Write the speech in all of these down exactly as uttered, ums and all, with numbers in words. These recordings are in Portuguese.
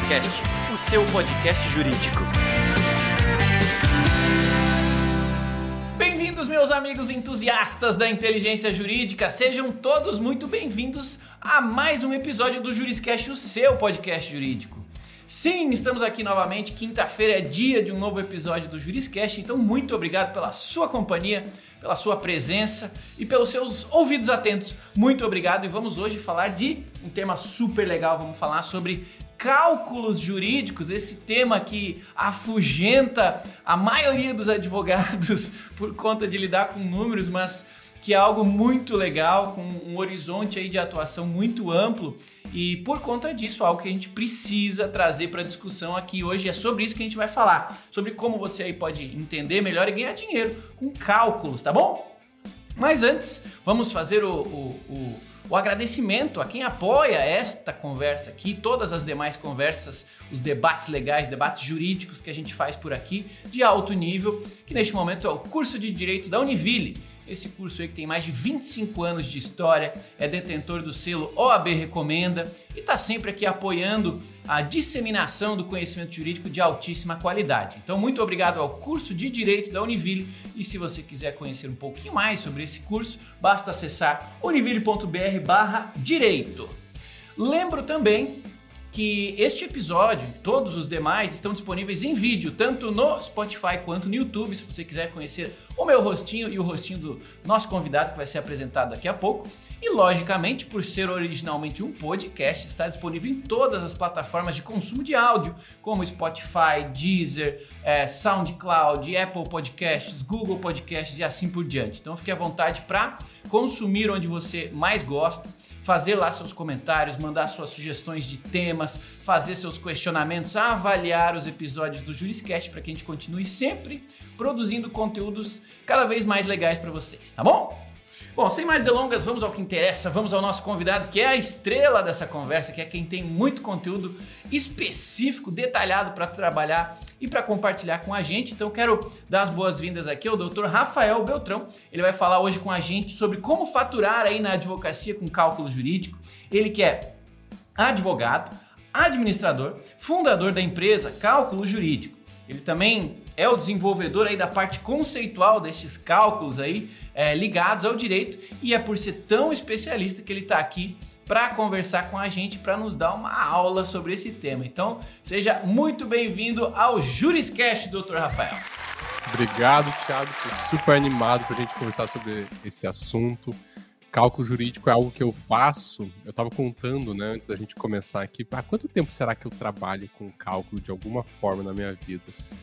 Juriscast, o seu podcast jurídico. Bem-vindos, meus amigos entusiastas da inteligência jurídica, sejam todos muito bem-vindos a mais um episódio do Juriscast, o seu podcast jurídico. Sim, estamos aqui novamente, quinta-feira é dia de um novo episódio do Juriscast, então muito obrigado pela sua companhia, pela sua presença e pelos seus ouvidos atentos. Muito obrigado e vamos hoje falar de um tema super legal, vamos falar sobre cálculos jurídicos, esse tema que afugenta a maioria dos advogados por conta de lidar com números, mas que é algo muito legal, com um horizonte aí de atuação muito amplo e por conta disso, algo que a gente precisa trazer para a discussão aqui hoje. É sobre isso que a gente vai falar, sobre como você aí pode entender melhor e ganhar dinheiro com cálculos, tá bom? Mas antes, vamos fazer o, o, o, o agradecimento a quem apoia esta conversa aqui, todas as demais conversas, os debates legais, debates jurídicos que a gente faz por aqui, de alto nível, que neste momento é o curso de Direito da Univille. Esse curso aí que tem mais de vinte e cinco anos de história, é detentor do selo O A B Recomenda e está sempre aqui apoiando a disseminação do conhecimento jurídico de altíssima qualidade. Então, muito obrigado ao curso de Direito da Univille e se você quiser conhecer um pouquinho mais sobre esse curso, basta acessar univille.br barra direito. Lembro também que este episódio e todos os demais estão disponíveis em vídeo, tanto no Spotify quanto no YouTube, se você quiser conhecer o meu rostinho e o rostinho do nosso convidado que vai ser apresentado daqui a pouco. E, logicamente, por ser originalmente um podcast, está disponível em todas as plataformas de consumo de áudio, como Spotify, Deezer, é, SoundCloud, Apple Podcasts, Google Podcasts e assim por diante. Então, fique à vontade para consumir onde você mais gosta, fazer lá seus comentários, mandar suas sugestões de temas, fazer seus questionamentos, avaliar os episódios do Juriscast para que a gente continue sempre produzindo conteúdos cada vez mais legais para vocês, tá bom? Bom, sem mais delongas, vamos ao que interessa, vamos ao nosso convidado, que é a estrela dessa conversa, que é quem tem muito conteúdo específico, detalhado para trabalhar e para compartilhar com a gente. Então, quero dar as boas-vindas aqui ao doutor Rafael Beltrão. Ele vai falar hoje com a gente sobre como faturar aí na advocacia com cálculo jurídico. Ele que é advogado, administrador, fundador da empresa Cálculo Jurídico. Ele também é o desenvolvedor aí da parte conceitual destes cálculos aí é, ligados ao direito e é por ser tão especialista que ele está aqui para conversar com a gente, para nos dar uma aula sobre esse tema. Então, seja muito bem-vindo ao Juriscast, doutor Rafael. Obrigado, Thiago. Estou super animado para a gente conversar sobre esse assunto. Cálculo jurídico é algo que eu faço. Eu estava contando, né, antes da gente começar aqui, há quanto tempo será que eu trabalho com cálculo de alguma forma na minha vida?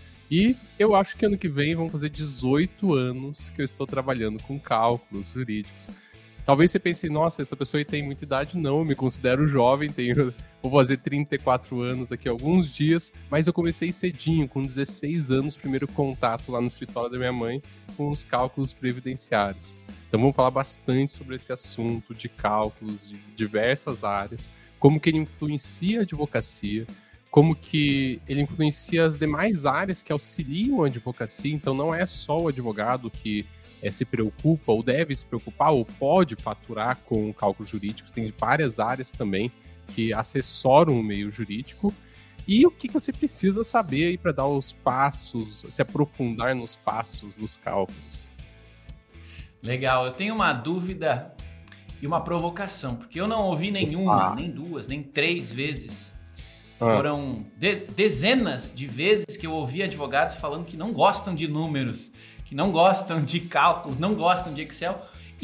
E eu acho que ano que vem vão fazer dezoito anos que eu estou trabalhando com cálculos jurídicos. Talvez você pense, nossa, essa pessoa aí tem muita idade. Não, eu me considero jovem, tenho, vou fazer trinta e quatro anos daqui a alguns dias, mas eu comecei cedinho, com dezesseis anos, primeiro contato lá no escritório da minha mãe com os cálculos previdenciários. Então vamos falar bastante sobre esse assunto de cálculos de diversas áreas, como que ele influencia a advocacia, como que ele influencia as demais áreas que auxiliam a advocacia. Então não é só o advogado que é, se preocupa ou deve se preocupar ou pode faturar com cálculos jurídicos, tem várias áreas também que assessoram o meio jurídico. E o que você precisa saber aí para dar os passos, se aprofundar nos passos dos cálculos? Legal, eu tenho uma dúvida e uma provocação, porque eu não ouvi nenhuma, ah. nem duas, nem três vezes. Foram de- dezenas de vezes que eu ouvi advogados falando que não gostam de números, que não gostam de cálculos, não gostam de Excel.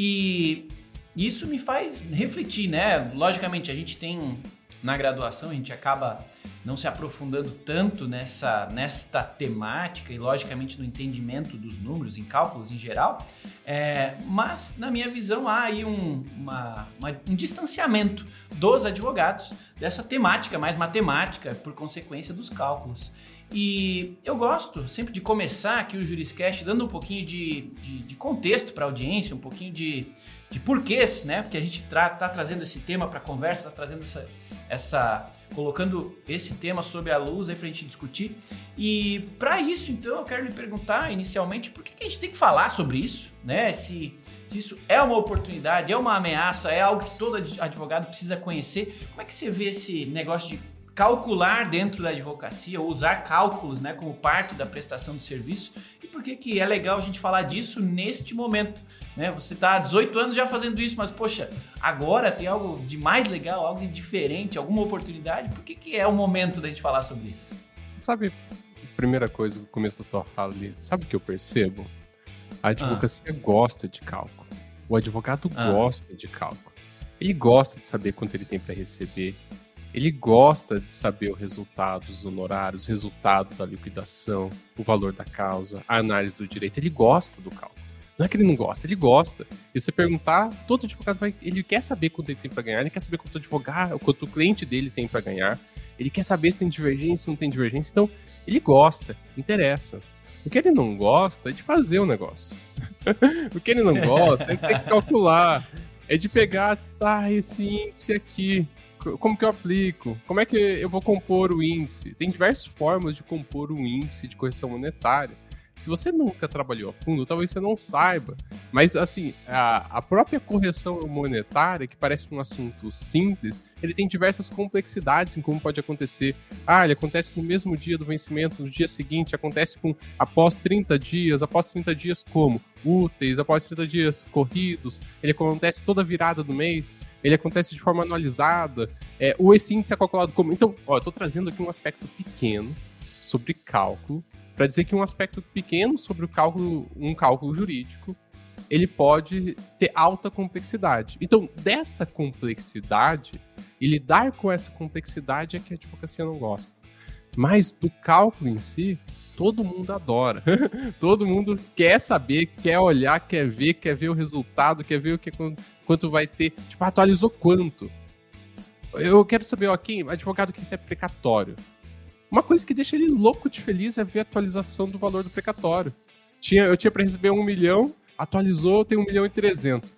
E isso me faz refletir, né? Logicamente, a gente tem na graduação, a gente acaba não se aprofundando tanto nessa, nesta temática e, logicamente, no entendimento dos números, em cálculos em geral, é, mas, na minha visão, há aí um, uma, uma, um distanciamento dos advogados dessa temática mais matemática, por consequência dos cálculos. E eu gosto sempre de começar aqui o Juriscast dando um pouquinho de, de, de contexto para a audiência, um pouquinho de, de porquês, né? Porque a gente está tra- trazendo esse tema para a conversa, está trazendo essa, essa, colocando esse tema sob a luz aí para a gente discutir. E para isso, então, eu quero lhe perguntar inicialmente por que, que a gente tem que falar sobre isso, né? Se, se isso é uma oportunidade, é uma ameaça, é algo que todo advogado precisa conhecer. Como é que você vê esse negócio de calcular dentro da advocacia, ou usar cálculos, né, como parte da prestação do serviço, e por que que é legal a gente falar disso neste momento, né? Você está há dezoito anos já fazendo isso, mas poxa, agora tem algo de mais legal, algo de diferente, alguma oportunidade, por que que é o momento da gente falar sobre isso? Sabe, primeira coisa, no começo da tua fala ali, sabe o que eu percebo? A advocacia ah. gosta de cálculo. O advogado ah. gosta de cálculo. Ele gosta de saber quanto ele tem para receber. Ele gosta de saber o resultado dos honorários, o resultado da liquidação, o valor da causa, a análise do direito. Ele gosta do cálculo. Não é que ele não gosta, ele gosta. E você perguntar, todo advogado vai, ele quer saber quanto ele tem para ganhar, ele quer saber quanto o advogado, quanto o cliente dele tem para ganhar. Ele quer saber se tem divergência, se não tem divergência. Então, ele gosta, interessa. O que ele não gosta é de fazer o negócio. O que ele não gosta é de ter que calcular. É de pegar, tá, esse índice aqui, como que eu aplico? Como é que eu vou compor o índice? Tem diversas formas de compor um índice de correção monetária. Se você nunca trabalhou a fundo, talvez você não saiba. Mas, assim, a, a própria correção monetária, que parece um assunto simples, ele tem diversas complexidades em como pode acontecer. Ah, ele acontece no mesmo dia do vencimento, no dia seguinte, acontece com após trinta dias, após trinta dias como? Úteis, após trinta dias corridos, ele acontece toda virada do mês, ele acontece de forma anualizada, é, ou esse índice é calculado como... Então, ó, eu tô trazendo aqui um aspecto pequeno sobre cálculo, para dizer que um aspecto pequeno sobre o cálculo, um cálculo jurídico, ele pode ter alta complexidade. Então, dessa complexidade, e lidar com essa complexidade é que a advocacia não gosta. Mas do cálculo em si, todo mundo adora. Todo mundo quer saber, quer olhar, quer ver, quer ver o resultado, quer ver o que, quanto vai ter. Tipo, atualizou quanto? Eu quero saber, ó, quem advogado que recebe precatório. Uma coisa que deixa ele louco de feliz é ver a atualização do valor do precatório. Tinha, eu tinha para receber um milhão, atualizou, tem um milhão e trezentos.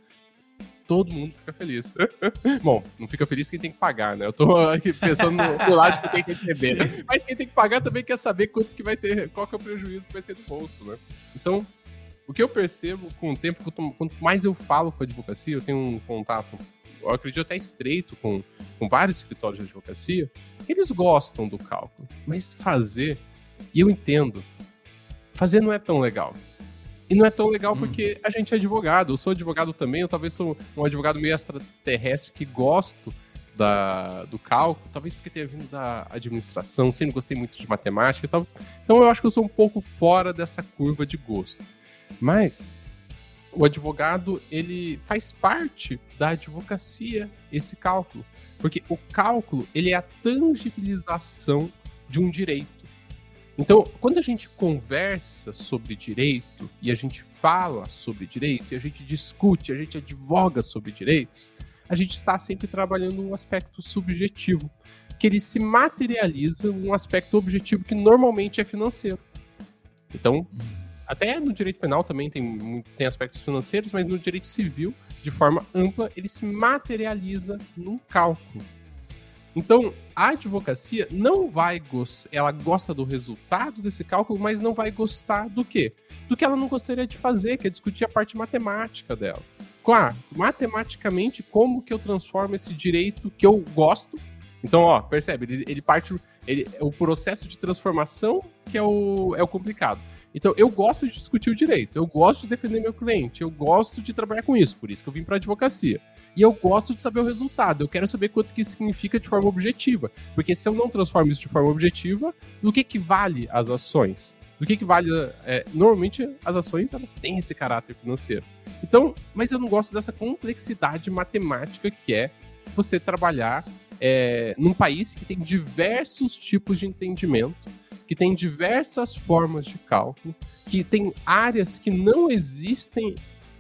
Todo mundo fica feliz. Bom, não fica feliz quem tem que pagar, né? Eu tô aqui pensando no, no lado de quem tem que receber. Sim. Mas quem tem que pagar também quer saber quanto que vai ter, qual que é o prejuízo que vai ser do bolso, né? Então, o que eu percebo com o tempo, quanto, quanto mais eu falo com a advocacia, eu tenho um contato, eu acredito até estreito com, com vários escritórios de advocacia, eles gostam do cálculo, mas fazer, e eu entendo, fazer não é tão legal. E não é tão legal porque a gente é advogado, eu sou advogado também, eu talvez sou um advogado meio extraterrestre que gosto da, do cálculo, talvez porque tenha vindo da administração, sempre gostei muito de matemática e tal, então eu acho que eu sou um pouco fora dessa curva de gosto. Mas o advogado, ele faz parte da advocacia, esse cálculo. Porque o cálculo, ele é a tangibilização de um direito. Então, quando a gente conversa sobre direito, e a gente fala sobre direito, e a gente discute, a gente advoga sobre direitos, a gente está sempre trabalhando um aspecto subjetivo, que ele se materializa num aspecto objetivo que normalmente é financeiro. Então, até no direito penal também tem, tem aspectos financeiros, mas no direito civil, de forma ampla, ele se materializa num cálculo. Então, a advocacia não vai gostar, ela gosta do resultado desse cálculo, mas não vai gostar do quê? Do que ela não gostaria de fazer, que é discutir a parte matemática dela. Ah, matematicamente, como que eu transformo esse direito que eu gosto? Então, ó, percebe, ele, ele parte, ele, o processo de transformação que é o, é o complicado. Então, eu gosto de discutir o direito, eu gosto de defender meu cliente, eu gosto de trabalhar com isso, por isso que eu vim para a advocacia. E eu gosto de saber o resultado, eu quero saber quanto que isso significa de forma objetiva. Porque se eu não transformo isso de forma objetiva, do que que vale as ações? Do que que vale... É, normalmente, as ações, elas têm esse caráter financeiro. Então, mas eu não gosto dessa complexidade matemática que é você trabalhar é, num país que tem diversos tipos de entendimento, que tem diversas formas de cálculo, que tem áreas que não existem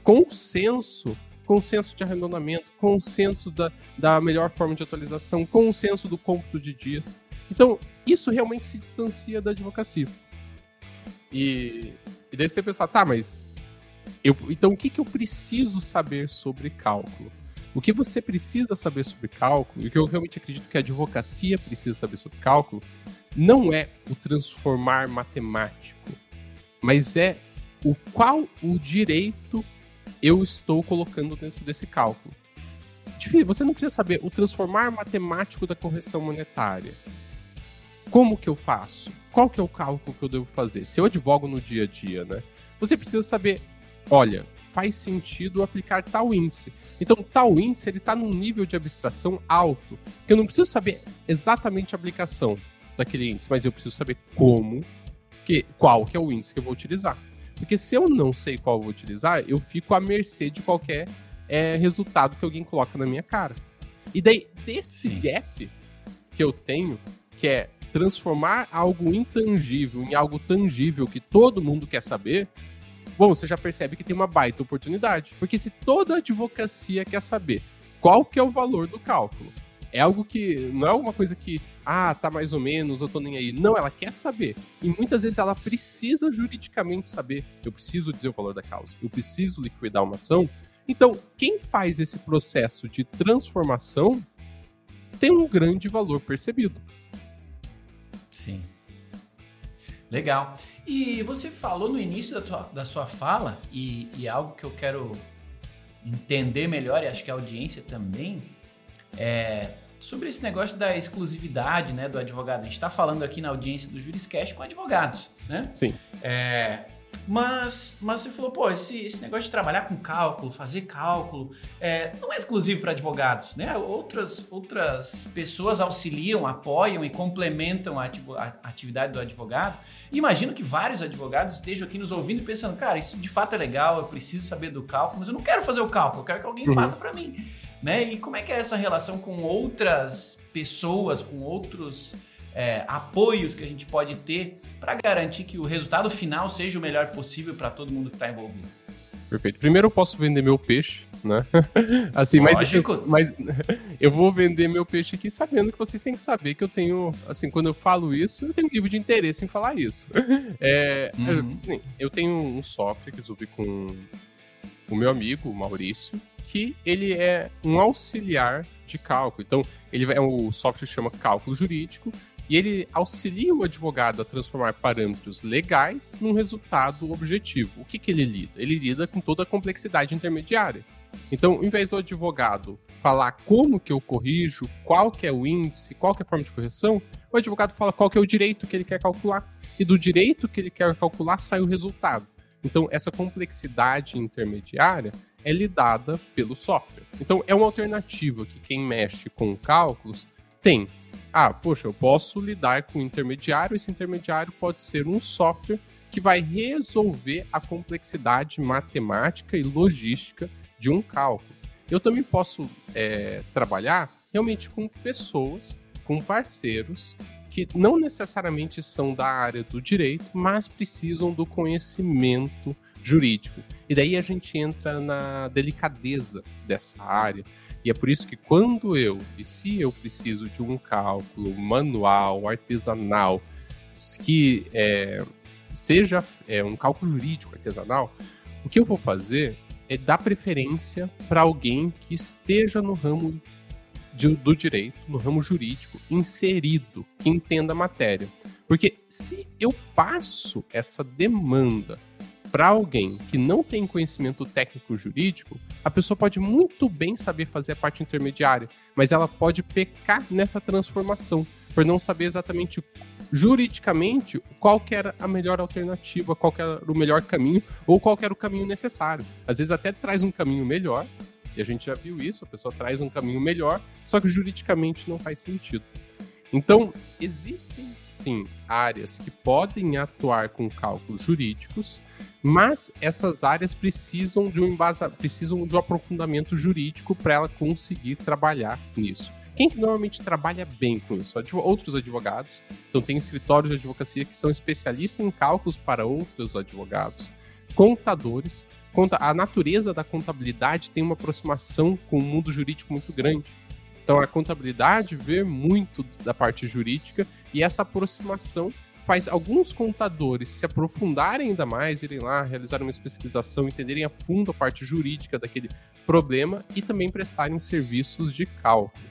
consenso, consenso de arredondamento, consenso da, da melhor forma de atualização, consenso do cômputo de dias. Então, isso realmente se distancia da advocacia. E, e daí você tem que pensar, tá, mas eu, então o que, que eu preciso saber sobre cálculo? O que você precisa saber sobre cálculo, e o que eu realmente acredito que a advocacia precisa saber sobre cálculo, não é o transformar matemático, mas é o qual o direito eu estou colocando dentro desse cálculo. Você não precisa saber o transformar matemático da correção monetária, como que eu faço? Qual que é o cálculo que eu devo fazer? Se eu advogo no dia a dia, né? Você precisa saber, olha, faz sentido aplicar tal índice. Então, tal índice, ele está num nível de abstração alto, que eu não preciso saber exatamente a aplicação daquele índice, mas eu preciso saber como, que, qual que é o índice que eu vou utilizar. Porque se eu não sei qual eu vou utilizar, eu fico à mercê de qualquer é, resultado que alguém coloca na minha cara. E daí, desse Sim. gap que eu tenho, que é transformar algo intangível em algo tangível que todo mundo quer saber, bom, você já percebe que tem uma baita oportunidade. Porque se toda a advocacia quer saber qual que é o valor do cálculo, é algo que não é alguma coisa que, ah, tá mais ou menos, eu tô nem aí. Não, ela quer saber. E muitas vezes ela precisa juridicamente saber. Eu preciso dizer o valor da causa. Eu preciso liquidar uma ação. Então, quem faz esse processo de transformação tem um grande valor percebido. Sim. Legal. E você falou no início da, tua, da sua fala, e, e algo que eu quero entender melhor, e acho que a audiência também, é sobre esse negócio da exclusividade, né, do advogado. A gente está falando aqui na audiência do Juriscast com advogados, né? Sim. É, mas, mas você falou, pô, esse, esse negócio de trabalhar com cálculo, fazer cálculo, é, não é exclusivo para advogados, né? Outras, outras pessoas auxiliam, apoiam e complementam a, a atividade do advogado. E imagino que vários advogados estejam aqui nos ouvindo e pensando, cara, isso de fato é legal, eu preciso saber do cálculo, mas eu não quero fazer o cálculo, eu quero que alguém uhum. faça para mim. Né? E como é que é essa relação com outras pessoas, com outros é, apoios que a gente pode ter para garantir que o resultado final seja o melhor possível para todo mundo que está envolvido? Perfeito. Primeiro eu posso vender meu peixe, né? Assim, mas eu, mas eu vou vender meu peixe aqui sabendo que vocês têm que saber que eu tenho, assim, quando eu falo isso, eu tenho um nível de interesse em falar isso. É, uhum. eu, eu tenho um software que eu desenvolvi com o meu amigo, o Maurício, que ele é um auxiliar de cálculo. Então, ele é o software que chama Cálculo Jurídico, e ele auxilia o advogado a transformar parâmetros legais num resultado objetivo. O que, que ele lida? Ele lida com toda a complexidade intermediária. Então, ao invés do advogado falar como que eu corrijo, qual que é o índice, qual que é a forma de correção, o advogado fala qual que é o direito que ele quer calcular. E do direito que ele quer calcular sai o resultado. Então, essa complexidade intermediária é lidada pelo software. Então, é uma alternativa que quem mexe com cálculos tem. Ah, poxa, eu posso lidar com o intermediário, esse intermediário pode ser um software que vai resolver a complexidade matemática e logística de um cálculo. Eu também posso é, trabalhar realmente com pessoas, com parceiros, que não necessariamente são da área do direito, mas precisam do conhecimento jurídico. E daí a gente entra na delicadeza dessa área. E é por isso que quando eu, e se eu preciso de um cálculo manual, artesanal, que é, seja é, um cálculo jurídico artesanal, o que eu vou fazer é dar preferência para alguém que esteja no ramo de, do direito, no ramo jurídico, inserido, que entenda a matéria. Porque se eu passo essa demanda para alguém que não tem conhecimento técnico jurídico, a pessoa pode muito bem saber fazer a parte intermediária, mas ela pode pecar nessa transformação, por não saber exatamente juridicamente qual que era a melhor alternativa, qual que era o melhor caminho, ou qual que era o caminho necessário. Às vezes até traz um caminho melhor, e a gente já viu isso, a pessoa traz um caminho melhor, só que juridicamente não faz sentido. Então, existem sim áreas que podem atuar com cálculos jurídicos, mas essas áreas precisam de um embasa... precisam de um aprofundamento jurídico para ela conseguir trabalhar nisso. Quem que normalmente trabalha bem com isso? Outros advogados. Então, tem escritórios de advocacia que são especialistas em cálculos para outros advogados. Contadores. A natureza da contabilidade tem uma aproximação com o mundo jurídico muito grande. Então, a contabilidade vê muito da parte jurídica e essa aproximação faz alguns contadores se aprofundarem ainda mais, irem lá, realizar uma especialização, entenderem a fundo a parte jurídica daquele problema e também prestarem serviços de cálculo.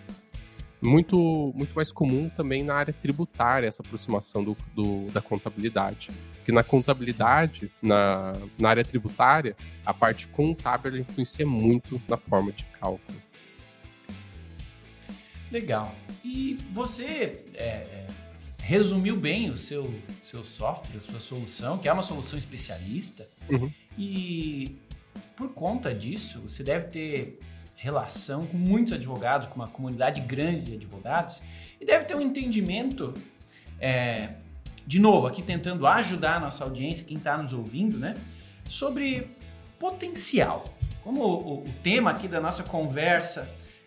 Muito, muito mais comum também na área tributária essa aproximação do, do, da contabilidade. Porque na contabilidade, na, na área tributária, a parte contábil influencia muito na forma de cálculo. Legal. E você, é, resumiu bem o seu, seu software, a sua solução, que é uma solução especialista. Uhum. E por conta disso, você deve ter relação com muitos advogados, com uma comunidade grande de advogados, e deve ter um entendimento, é, de novo, aqui tentando ajudar a nossa audiência, quem está nos ouvindo, né, sobre potencial. Como o, o tema aqui da nossa conversa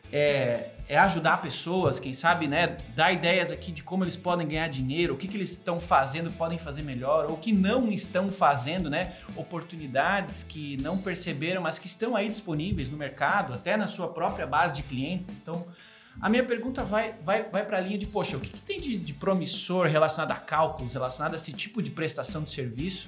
é, é ajudar pessoas, quem sabe, né, dar ideias aqui de como eles podem ganhar dinheiro, o que, que eles estão fazendo, podem fazer melhor, ou o que não estão fazendo, né, oportunidades que não perceberam, mas que estão aí disponíveis no mercado, até na sua própria base de clientes. Então, a minha pergunta vai, vai, vai para a linha de, poxa, o que, que tem de, de promissor relacionado a cálculos, relacionado a esse tipo de prestação de serviço,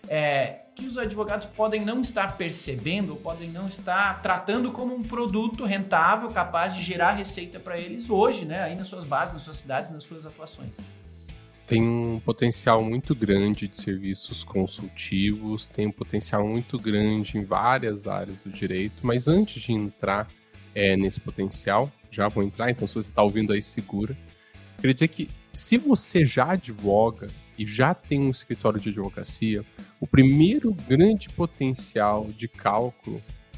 é, que os advogados podem não estar percebendo, ou podem não estar tratando como um produto rentável, capaz de gerar receita para eles hoje, né, aí nas suas bases, nas suas cidades, nas suas atuações? Tem um potencial muito grande de serviços consultivos, tem um potencial muito grande em várias áreas do direito, mas antes de entrar é, nesse potencial, já vou entrar, então se você está ouvindo aí, segura. Queria dizer que se você já advoga e já tem um escritório de advocacia, o primeiro grande potencial de cálculo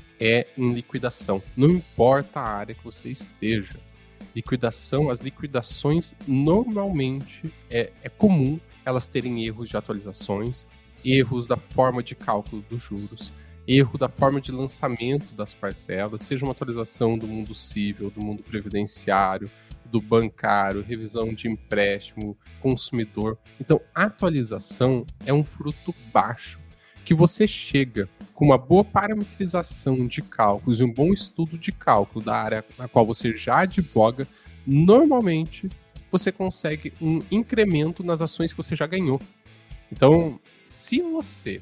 é em liquidação. Não importa a área que você esteja. Liquidação, as liquidações, normalmente é, é comum elas terem erros de atualizações, erros da forma de cálculo dos juros, erro da forma de lançamento das parcelas, seja uma atualização do mundo civil, do mundo previdenciário, do bancário, revisão de empréstimo, consumidor. Então, a atualização é um fruto baixo, que você chega com uma boa parametrização de cálculos e um bom estudo de cálculo da área na qual você já advoga, normalmente você consegue um incremento nas ações que você já ganhou. Então, se você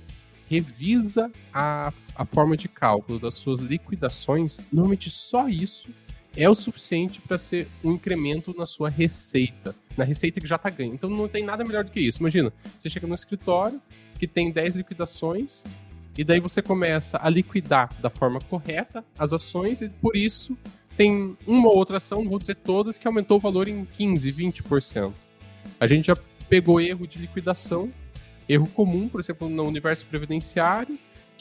revisa a, a forma de cálculo das suas liquidações, normalmente só isso é o suficiente para ser um incremento na sua receita, na receita que já está ganha. Então não tem nada melhor do que isso. Imagina, você chega no escritório que tem dez liquidações e daí você começa a liquidar da forma correta as ações e por isso tem uma ou outra ação, não vou dizer todas, que aumentou o valor em quinze, vinte por cento. A gente já pegou erro de liquidação, erro comum, por exemplo, no universo previdenciário,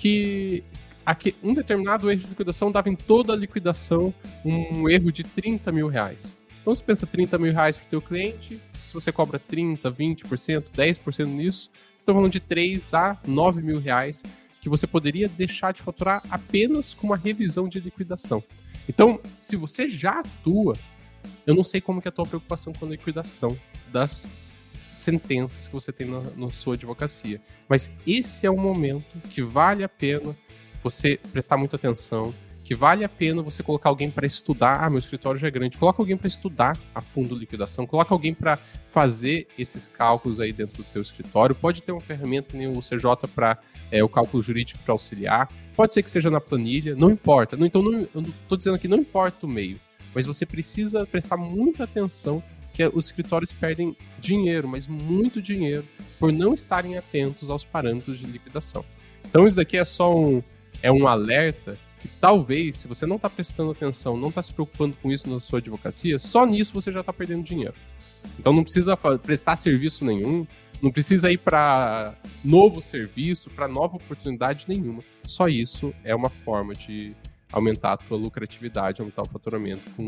que aqui, um determinado erro de liquidação dava em toda a liquidação um erro de trinta mil reais. Então, você pensa trinta mil reais para o teu cliente, se você cobra trinta, vinte por cento, dez por cento nisso, estamos falando de três a nove mil reais que você poderia deixar de faturar apenas com uma revisão de liquidação. Então, se você já atua, eu não sei como que é a tua preocupação com a liquidação das sentenças que você tem na, na sua advocacia. Mas esse é o momento que vale a pena você prestar muita atenção, que vale a pena você colocar alguém para estudar. Ah, meu escritório já é grande. Coloca alguém para estudar a fundo liquidação, coloca alguém para fazer esses cálculos aí dentro do teu escritório. Pode ter uma ferramenta que nem o C J para é, o cálculo jurídico para auxiliar. Pode ser que seja na planilha, não importa. Não, então, não, eu estou dizendo aqui, não importa o meio, mas você precisa prestar muita atenção que os escritórios perdem dinheiro, mas muito dinheiro, por não estarem atentos aos parâmetros de liquidação. Então isso daqui é só um, é um alerta que talvez, se você não está prestando atenção, não está se preocupando com isso na sua advocacia, só nisso você já está perdendo dinheiro. Então não precisa prestar serviço nenhum, não precisa ir para novo serviço, para nova oportunidade nenhuma. Só isso é uma forma de aumentar a tua lucratividade, aumentar o faturamento com,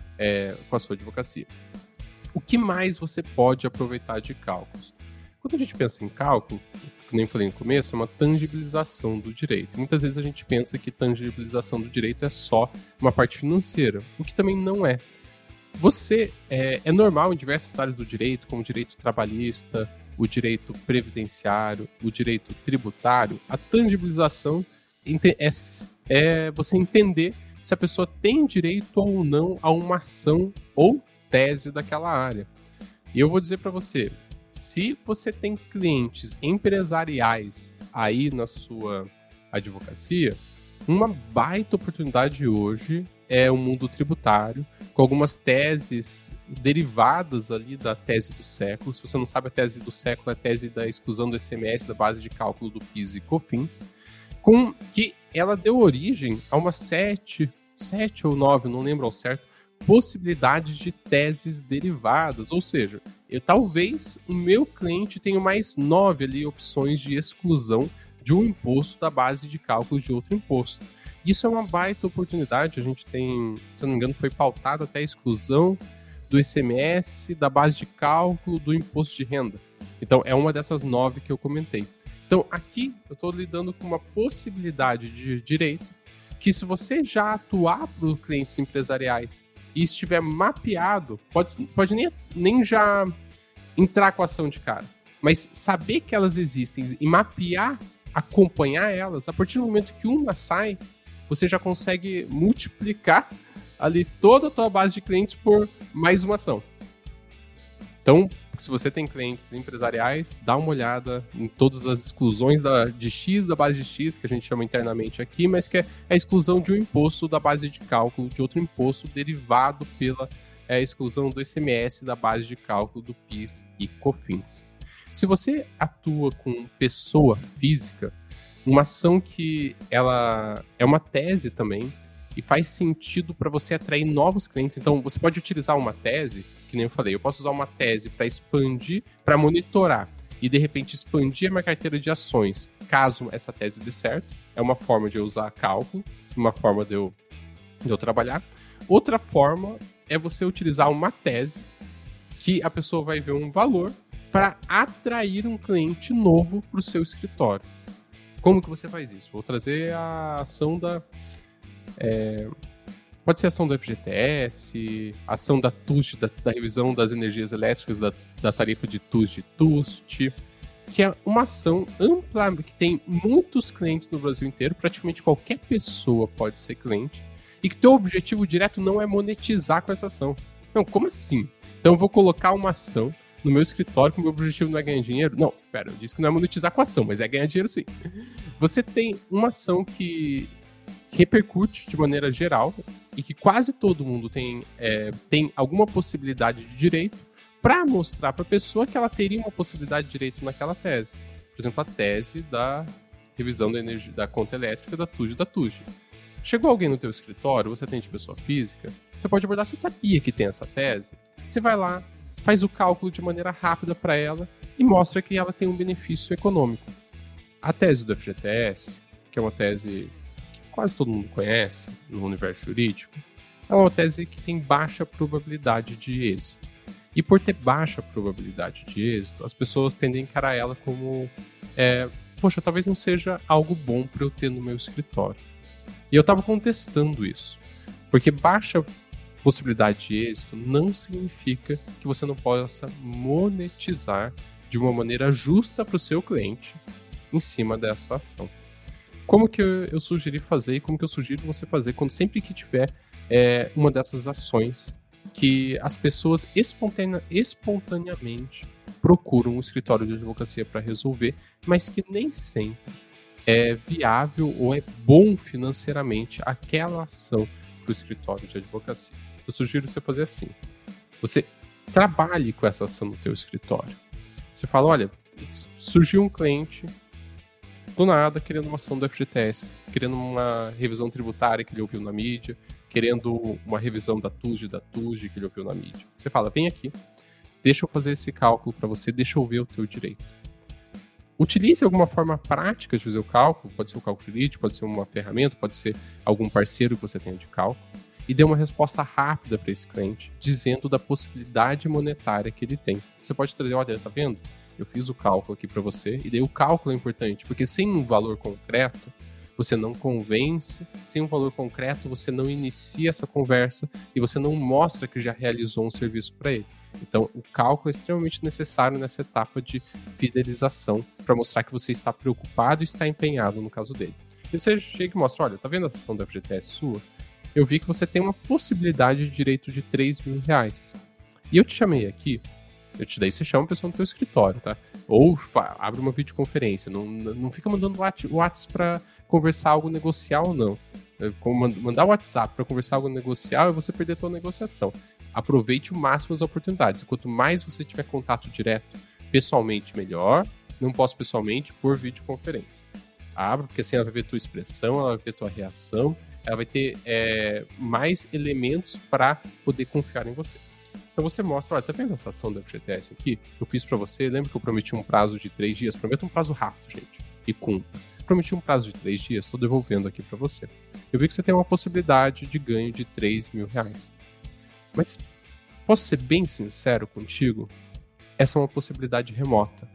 é, com a sua advocacia. O que mais você pode aproveitar de cálculos? Quando a gente pensa em cálculo, que nem falei no começo, é uma tangibilização do direito. Muitas vezes a gente pensa que tangibilização do direito é só uma parte financeira, o que também não é. Você é, é normal em diversas áreas do direito, como o direito trabalhista, o direito previdenciário, o direito tributário, a tangibilização é, é você entender se a pessoa tem direito ou não a uma ação ou tese daquela área. E eu vou dizer para você, se você tem clientes empresariais aí na sua advocacia, uma baita oportunidade hoje é o mundo tributário, com algumas teses derivadas ali da tese do século. Se você não sabe, a tese do século é a tese da exclusão do I C M S da base de cálculo do PIS e COFINS, com que ela deu origem a umas sete, sete ou nove, não lembro ao certo, possibilidades de teses derivadas, ou seja, eu, talvez o meu cliente tenha mais nove ali opções de exclusão de um imposto da base de cálculo de outro imposto. Isso é uma baita oportunidade, a gente tem, se eu não me engano, foi pautado até a exclusão do I C M S, da base de cálculo do imposto de renda. Então, é uma dessas nove que eu comentei. Então, aqui eu estou lidando com uma possibilidade de direito que, se você já atuar para os clientes empresariais e estiver mapeado, pode, pode nem, nem já entrar com a ação de cara, mas saber que elas existem e mapear, acompanhar elas, a partir do momento que uma sai, você já consegue multiplicar ali toda a tua base de clientes por mais uma ação. Então, se você tem clientes empresariais, dá uma olhada em todas as exclusões da, de X, da base de X, que a gente chama internamente aqui, mas que é a exclusão de um imposto da base de cálculo de outro imposto derivado pela é, exclusão do I C M S da base de cálculo do PIS e COFINS. Se você atua com pessoa física, uma ação que ela é uma tese também, e faz sentido para você atrair novos clientes. Então, você pode utilizar uma tese, que nem eu falei, eu posso usar uma tese para expandir, para monitorar, e de repente expandir a minha carteira de ações, caso essa tese dê certo. É uma forma de eu usar cálculo, uma forma de eu, de eu trabalhar. Outra forma é você utilizar uma tese, que a pessoa vai ver um valor, para atrair um cliente novo para o seu escritório. Como que você faz isso? Vou trazer a ação da... É, pode ser ação do F G T S, ação da T U S T, da, da revisão das energias elétricas, da, da tarifa de T U S T e T U S T, que é uma ação ampla, que tem muitos clientes no Brasil inteiro, praticamente qualquer pessoa pode ser cliente, e que teu objetivo direto não é monetizar com essa ação. Não, como assim? Então eu vou colocar uma ação no meu escritório que o meu objetivo não é ganhar dinheiro? Não, pera, eu disse que não é monetizar com a ação, mas é ganhar dinheiro sim. Você tem uma ação que repercute de maneira geral e que quase todo mundo tem, é, tem alguma possibilidade de direito para mostrar para a pessoa que ela teria uma possibilidade de direito naquela tese. Por exemplo, a tese da revisão da, energia, da conta elétrica da T U S e da T U S T. Chegou alguém no teu escritório, você atende pessoa física, você pode abordar, você sabia que tem essa tese? Você vai lá, faz o cálculo de maneira rápida para ela e mostra que ela tem um benefício econômico. A tese do F G T S, que é uma tese quase todo mundo conhece no universo jurídico, é uma tese que tem baixa probabilidade de êxito. E por ter baixa probabilidade de êxito, as pessoas tendem a encarar ela como é, poxa, talvez não seja algo bom para eu ter no meu escritório. E eu estava contestando isso, porque baixa possibilidade de êxito não significa que você não possa monetizar de uma maneira justa para o seu cliente em cima dessa ação. Como que eu sugeri fazer e como que eu sugiro você fazer quando sempre que tiver é, uma dessas ações que as pessoas espontânea, espontaneamente procuram um escritório de advocacia para resolver, mas que nem sempre é viável ou é bom financeiramente aquela ação para o escritório de advocacia. Eu sugiro você fazer assim. Você trabalhe com essa ação no teu escritório. Você fala, olha, surgiu um cliente do nada, querendo uma ação do F G T S, querendo uma revisão tributária que ele ouviu na mídia, querendo uma revisão da T U S T, da T U S T que ele ouviu na mídia. Você fala, vem aqui, deixa eu fazer esse cálculo para você, deixa eu ver o teu direito. Utilize alguma forma prática de fazer o cálculo, pode ser o cálculo jurídico, pode ser uma ferramenta, pode ser algum parceiro que você tenha de cálculo, e dê uma resposta rápida para esse cliente, dizendo da possibilidade monetária que ele tem. Você pode trazer, olha, tá vendo? Eu fiz o cálculo aqui para você, e daí o cálculo é importante, porque sem um valor concreto, você não convence, sem um valor concreto, você não inicia essa conversa e você não mostra que já realizou um serviço para ele. Então, o cálculo é extremamente necessário nessa etapa de fidelização, para mostrar que você está preocupado e está empenhado no caso dele. E você chega e mostra, olha, tá vendo a sessão da F G T S sua? Eu vi que você tem uma possibilidade de direito de três mil reais. E eu te chamei aqui, eu te daí você chama a pessoa no teu escritório, tá? Ou fa- abre uma videoconferência, não, não fica mandando WhatsApp para conversar algo negocial, não. Como mandar o WhatsApp para conversar algo negocial é você perder a tua negociação. Aproveite o máximo as oportunidades. Quanto mais você tiver contato direto, pessoalmente, melhor. Não posso pessoalmente, por videoconferência. Abra, porque assim ela vai ver tua expressão, ela vai ver tua reação, ela vai ter é, mais elementos para poder confiar em você. Então você mostra, olha, tá vendo essa ação do F G T S aqui? Eu fiz para você, lembra que eu prometi um prazo de três dias? Prometo um prazo rápido, gente, e cumpro. Prometi um prazo de três dias, estou devolvendo aqui para você. Eu vi que você tem uma possibilidade de ganho de três mil reais. Mas posso ser bem sincero contigo? Essa é uma possibilidade remota.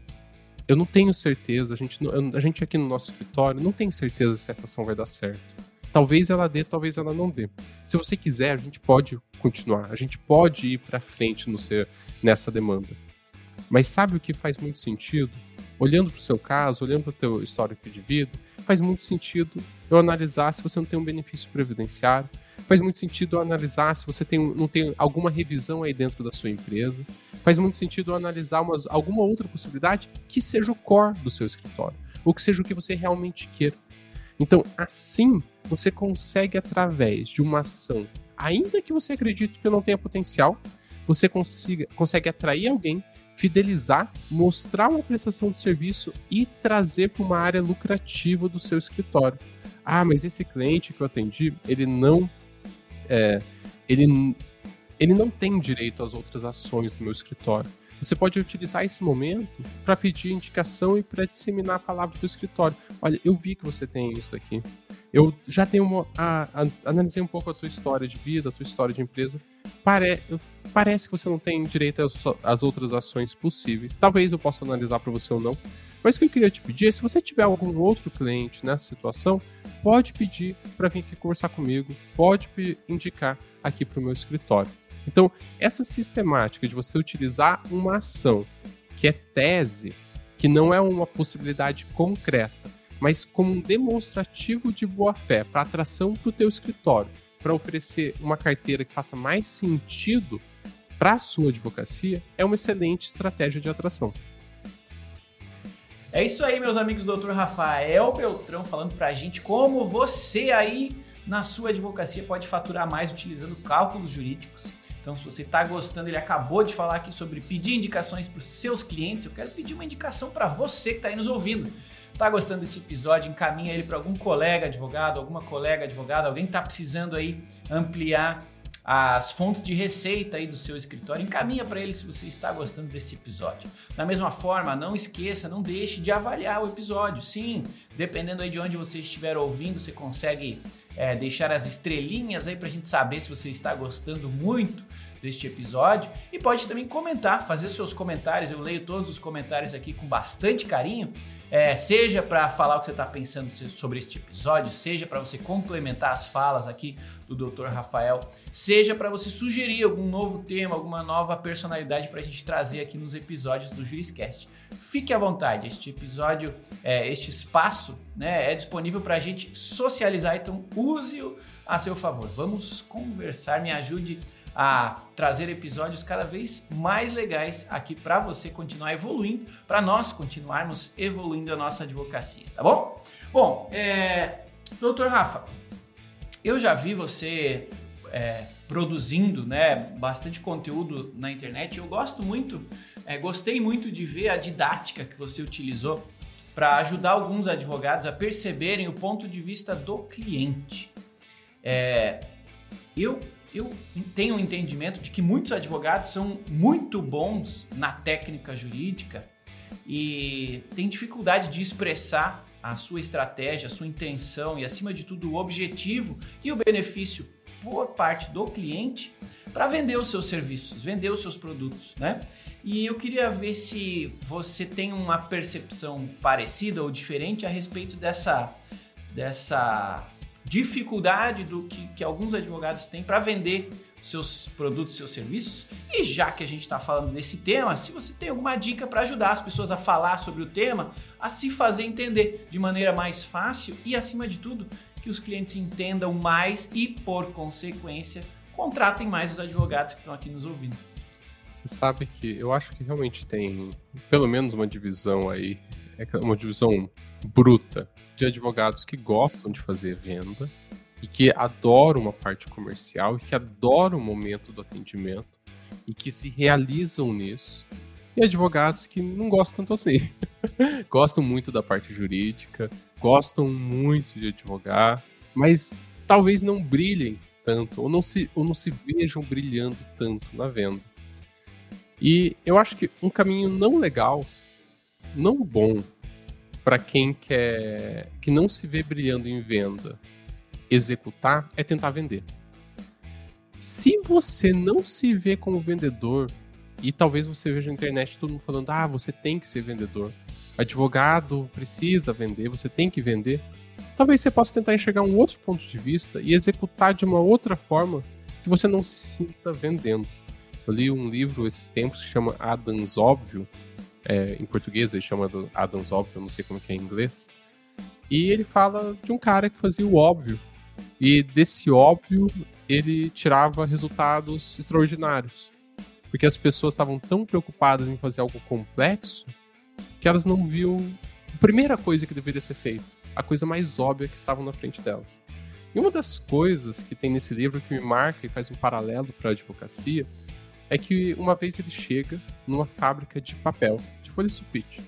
Eu não tenho certeza, a gente, a gente aqui no nosso escritório não tem certeza se essa ação vai dar certo. Talvez ela dê, talvez ela não dê. Se você quiser, a gente pode continuar, a gente pode ir para frente no seu, nessa demanda. Mas sabe o que faz muito sentido? Olhando para o seu caso, olhando para o teu histórico de vida, faz muito sentido eu analisar se você não tem um benefício previdenciário, faz muito sentido eu analisar se você tem, não tem alguma revisão aí dentro da sua empresa, faz muito sentido eu analisar umas, alguma outra possibilidade que seja o core do seu escritório, ou que seja o que você realmente queira. Então, assim, você consegue, através de uma ação, ainda que você acredite que não tenha potencial, você consiga, consegue atrair alguém, fidelizar, mostrar uma prestação de serviço e trazer para uma área lucrativa do seu escritório. Ah, mas esse cliente que eu atendi, ele não, é, ele, ele não tem direito às outras ações do meu escritório. Você pode utilizar esse momento para pedir indicação e para disseminar a palavra do escritório. Olha, eu vi que você tem isso aqui. Eu já tenho uma, a, a, analisei um pouco a tua história de vida, a tua história de empresa. Pare, parece que você não tem direito às, às outras ações possíveis. Talvez eu possa analisar para você ou não. Mas o que eu queria te pedir é, se você tiver algum outro cliente nessa situação, pode pedir para vir aqui conversar comigo, pode indicar aqui para o meu escritório. Então, essa sistemática de você utilizar uma ação que é tese, que não é uma possibilidade concreta, mas como um demonstrativo de boa-fé para atração para o teu escritório, para oferecer uma carteira que faça mais sentido para a sua advocacia, é uma excelente estratégia de atração. É isso aí, meus amigos, doutor Rafael Beltrão falando para a gente como você aí na sua advocacia pode faturar mais utilizando cálculos jurídicos. Então, se você está gostando, ele acabou de falar aqui sobre pedir indicações para os seus clientes. Eu quero pedir uma indicação para você que está aí nos ouvindo. Está gostando desse episódio? Encaminha ele para algum colega advogado, alguma colega advogada, alguém que está precisando aí ampliar as fontes de receita aí do seu escritório. Encaminha para ele se você está gostando desse episódio. Da mesma forma, não esqueça, não deixe de avaliar o episódio. Sim, dependendo aí de onde você estiver ouvindo, você consegue é, deixar as estrelinhas aí para a gente saber se você está gostando muito deste episódio, e pode também comentar, fazer seus comentários. Eu leio todos os comentários aqui com bastante carinho, é, seja para falar o que você está pensando sobre este episódio, seja para você complementar as falas aqui do doutor Rafael, seja para você sugerir algum novo tema, alguma nova personalidade para a gente trazer aqui nos episódios do Juriscast. Fique à vontade, este episódio, é, este espaço, né, é disponível para a gente socializar, então use-o a seu favor. Vamos conversar, me ajude a trazer episódios cada vez mais legais aqui para você continuar evoluindo, para nós continuarmos evoluindo a nossa advocacia, tá bom? Bom, é, doutor Rafa, eu já vi você é, produzindo, né, bastante conteúdo na internet. Eu gosto muito, é, gostei muito de ver a didática que você utilizou para ajudar alguns advogados a perceberem o ponto de vista do cliente. É, eu Eu tenho um entendimento de que muitos advogados são muito bons na técnica jurídica e têm dificuldade de expressar a sua estratégia, a sua intenção e, acima de tudo, o objetivo e o benefício por parte do cliente para vender os seus serviços, vender os seus produtos, né? E eu queria ver se você tem uma percepção parecida ou diferente a respeito dessa... dessa dificuldade do que, que alguns advogados têm para vender seus produtos, seus serviços. E já que a gente está falando desse tema, se você tem alguma dica para ajudar as pessoas a falar sobre o tema, a se fazer entender de maneira mais fácil e, acima de tudo, que os clientes entendam mais e, por consequência, contratem mais os advogados que estão aqui nos ouvindo. Você sabe que eu acho que realmente tem pelo menos uma divisão aí, uma divisão bruta de advogados que gostam de fazer venda e que adoram uma parte comercial e que adoram o momento do atendimento e que se realizam nisso, e advogados que não gostam tanto assim. Gostam muito da parte jurídica, gostam muito de advogar, mas talvez não brilhem tanto, ou não se, ou não se vejam brilhando tanto na venda. E eu acho que um caminho não legal, não bom, para quem quer, que não se vê brilhando em venda, executar, é tentar vender. Se você não se vê como vendedor, e talvez você veja na internet todo mundo falando, ah, você tem que ser vendedor, advogado precisa vender, você tem que vender, talvez você possa tentar enxergar um outro ponto de vista e executar de uma outra forma que você não se sinta vendendo. Eu li um livro esses tempos que se chama Adam's Óbvio, é, em português ele chama do Adam's Óbvio, eu não sei como que é em inglês, e ele fala de um cara que fazia o óbvio, e desse óbvio ele tirava resultados extraordinários, porque as pessoas estavam tão preocupadas em fazer algo complexo que elas não viam a primeira coisa que deveria ser feita, a coisa mais óbvia que estavam na frente delas. E uma das coisas que tem nesse livro que me marca e faz um paralelo para a advocacia é que uma vez ele chega numa fábrica de papel, de folha sulfite.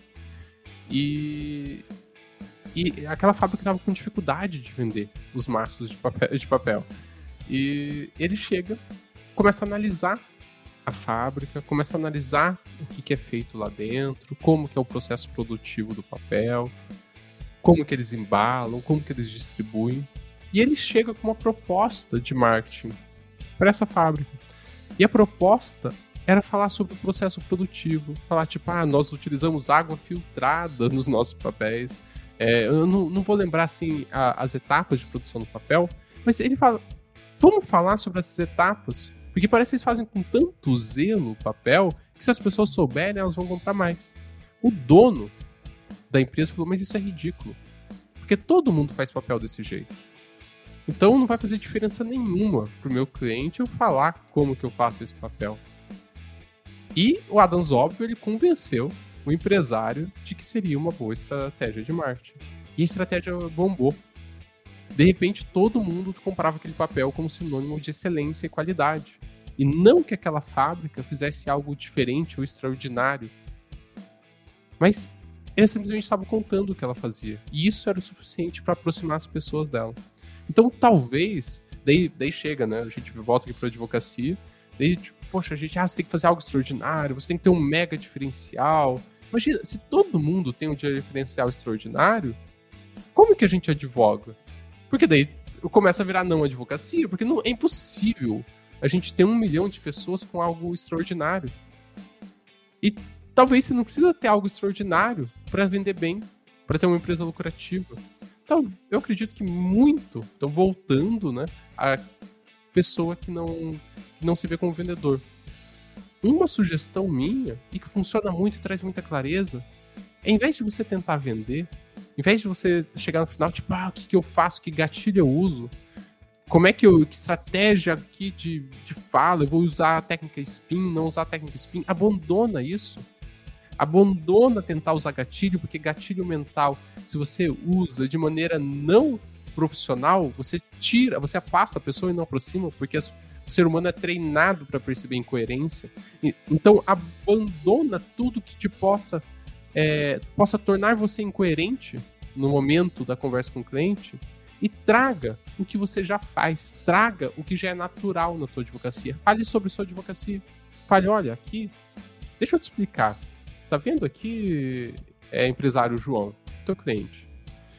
E, e aquela fábrica estava com dificuldade de vender os maços de papel, de papel. E ele chega, começa a analisar a fábrica, começa a analisar o que, que é feito lá dentro, como que é o processo produtivo do papel, como que eles embalam, como que eles distribuem. E ele chega com uma proposta de marketing para essa fábrica. E a proposta era falar sobre o processo produtivo, falar tipo, ah, nós utilizamos água filtrada nos nossos papéis. É, eu não, não vou lembrar assim a, as etapas de produção do papel, mas ele fala, vamos falar sobre essas etapas, porque parece que eles fazem com tanto zelo o papel que se as pessoas souberem, elas vão comprar mais. O dono da empresa falou, mas isso é ridículo, porque todo mundo faz papel desse jeito. Então não vai fazer diferença nenhuma pro meu cliente eu falar como que eu faço esse papel. E o Adam's Óbvio, ele convenceu o empresário de que seria uma boa estratégia de marketing. E a estratégia bombou. De repente, todo mundo comprava aquele papel como sinônimo de excelência e qualidade. E não que aquela fábrica fizesse algo diferente ou extraordinário. Mas ele simplesmente estava contando o que ela fazia. E isso era o suficiente para aproximar as pessoas dela. Então, talvez, daí, daí chega, né? A gente volta aqui para a advocacia, daí, tipo, poxa, a gente, ah, você tem que fazer algo extraordinário, você tem que ter um mega diferencial. Imagina, se todo mundo tem um diferencial extraordinário, como que a gente advoga? Porque daí começa a virar não advocacia, porque não, é impossível a gente ter um milhão de pessoas com algo extraordinário. E talvez você não precisa ter algo extraordinário para vender bem, para ter uma empresa lucrativa. Então, eu acredito que muito, então voltando, né, a pessoa que não, que não se vê como vendedor. Uma sugestão minha, e que funciona muito e traz muita clareza, é, em vez de você tentar vender, em vez de você chegar no final, tipo, ah, o que, que eu faço, que gatilho eu uso, como é que eu, que estratégia aqui de, de fala, eu vou usar a técnica spin, não usar a técnica spin, abandona isso. Abandona tentar usar gatilho, porque gatilho mental, se você usa de maneira não profissional, você tira, você afasta a pessoa e não aproxima, porque o ser humano é treinado para perceber incoerência. Então, abandona tudo que te possa, é, possa tornar você incoerente no momento da conversa com o cliente e traga o que você já faz, traga o que já é natural na tua advocacia. Fale sobre sua advocacia. Fale, olha, aqui, deixa eu te explicar. Tá vendo aqui, é, empresário João, teu cliente?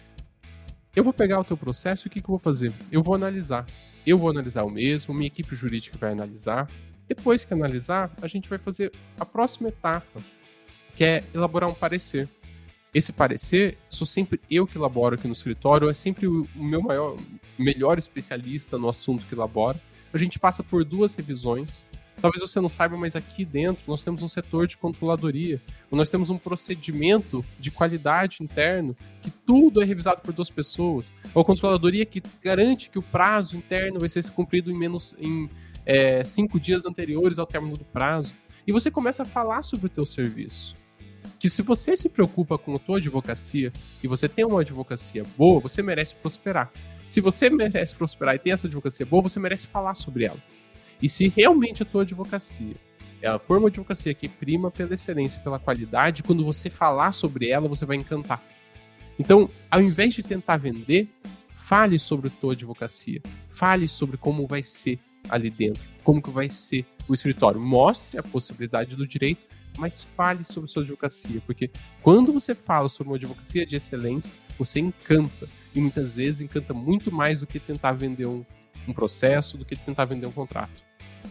Eu vou pegar o teu processo e o que, que eu vou fazer? Eu vou analisar. Eu vou analisar o mesmo, minha equipe jurídica vai analisar. Depois que analisar, a gente vai fazer a próxima etapa, que é elaborar um parecer. Esse parecer, sou sempre eu que elaboro aqui no escritório, é sempre o meu maior, melhor especialista no assunto que elabora. A gente passa por duas revisões. Talvez você não saiba, mas aqui dentro nós temos um setor de controladoria, nós temos um procedimento de qualidade interno, que tudo é revisado por duas pessoas. A controladoria que garante que o prazo interno vai ser cumprido em menos em é, cinco dias anteriores ao término do prazo. E você começa a falar sobre o teu serviço. Que se você se preocupa com a tua advocacia e você tem uma advocacia boa, você merece prosperar. Se você merece prosperar e tem essa advocacia boa, você merece falar sobre ela. E se realmente a tua advocacia ela for uma advocacia que prima pela excelência e pela qualidade, quando você falar sobre ela, você vai encantar. Então, ao invés de tentar vender, Fale sobre a tua advocacia. Fale sobre como vai ser ali dentro, como que vai ser o escritório. Mostre a possibilidade do direito, mas fale sobre sua advocacia, porque quando você fala sobre uma advocacia de excelência, você encanta, e muitas vezes encanta muito mais do que tentar vender um, um processo, do que tentar vender um contrato.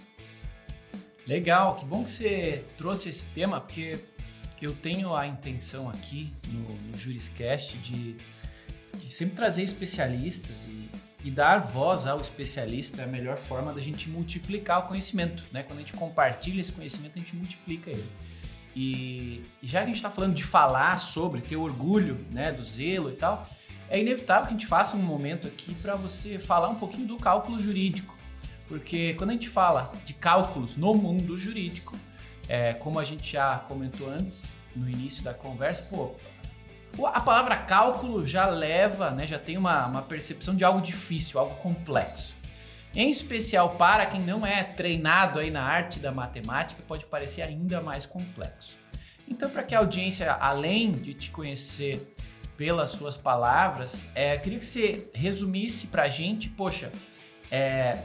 Legal, que bom que você trouxe esse tema, porque eu tenho a intenção aqui no, no Juriscast de, de sempre trazer especialistas e, e dar voz ao especialista é a melhor forma da gente multiplicar o conhecimento, né? Quando a gente compartilha esse conhecimento, a gente multiplica ele. E, e já que a gente está falando de falar sobre, ter orgulho, né, do zelo e tal, é inevitável que a gente faça um momento aqui para você falar um pouquinho do cálculo jurídico. Porque quando a gente fala de cálculos no mundo jurídico, é, como a gente já comentou antes, no início da conversa, pô, a palavra cálculo já leva, né, já tem uma, uma percepção de algo difícil, algo complexo. Em especial para quem não é treinado aí na arte da matemática, pode parecer ainda mais complexo. Então, para que a audiência, além de te conhecer pelas suas palavras, é, eu queria que você resumisse para a gente, poxa, é,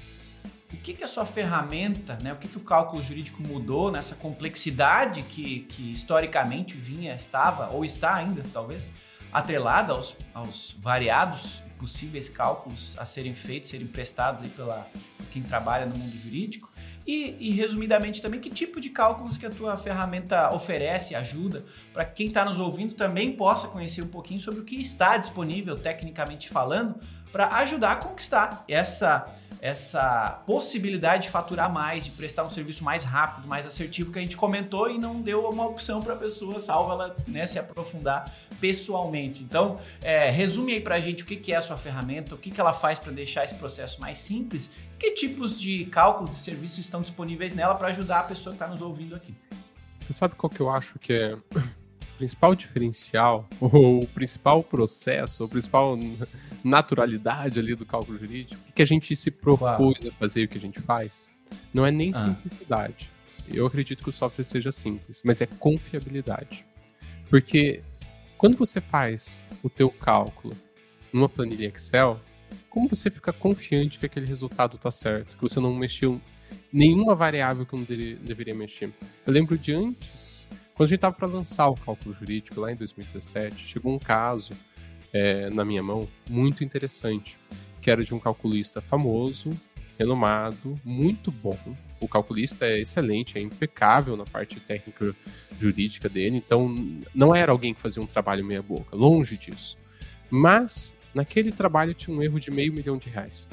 o que, que a sua ferramenta, né, o que, que o cálculo jurídico mudou nessa complexidade que, que historicamente vinha, estava, ou está ainda, talvez, atrelada aos, aos variados possíveis cálculos a serem feitos, serem prestados aí pela quem trabalha no mundo jurídico. E, e, resumidamente, também, que tipo de cálculos que a tua ferramenta oferece, ajuda, para que quem está nos ouvindo também possa conhecer um pouquinho sobre o que está disponível, tecnicamente falando, para ajudar a conquistar essa, essa possibilidade de faturar mais, de prestar um serviço mais rápido, mais assertivo, que a gente comentou e não deu uma opção para a pessoa, salvo ela, né, se aprofundar pessoalmente. Então, é, resume aí para a gente o que, que é a sua ferramenta, o que, que ela faz para deixar esse processo mais simples, que tipos de cálculos e serviços estão disponíveis nela para ajudar a pessoa que está nos ouvindo aqui. Você sabe qual que eu acho que é o principal diferencial, ou o principal processo, ou a principal naturalidade ali do cálculo jurídico? O que a gente se propôs claro. a fazer, o que a gente faz? Não é nem ah. simplicidade. Eu acredito que o software seja simples, mas é confiabilidade. Porque quando você faz o teu cálculo numa planilha Excel, como você fica confiante que aquele resultado está certo, que você não mexeu nenhuma variável que não deveria, deveria mexer? Eu lembro de antes, quando a gente estava para lançar o cálculo jurídico, lá em dois mil e dezessete, chegou um caso é, na minha mão muito interessante, que era de um calculista famoso, renomado, muito bom. O calculista é excelente, é impecável na parte técnica jurídica dele, então não era alguém que fazia um trabalho meia boca, longe disso. Mas naquele trabalho tinha um erro de meio milhão de reais.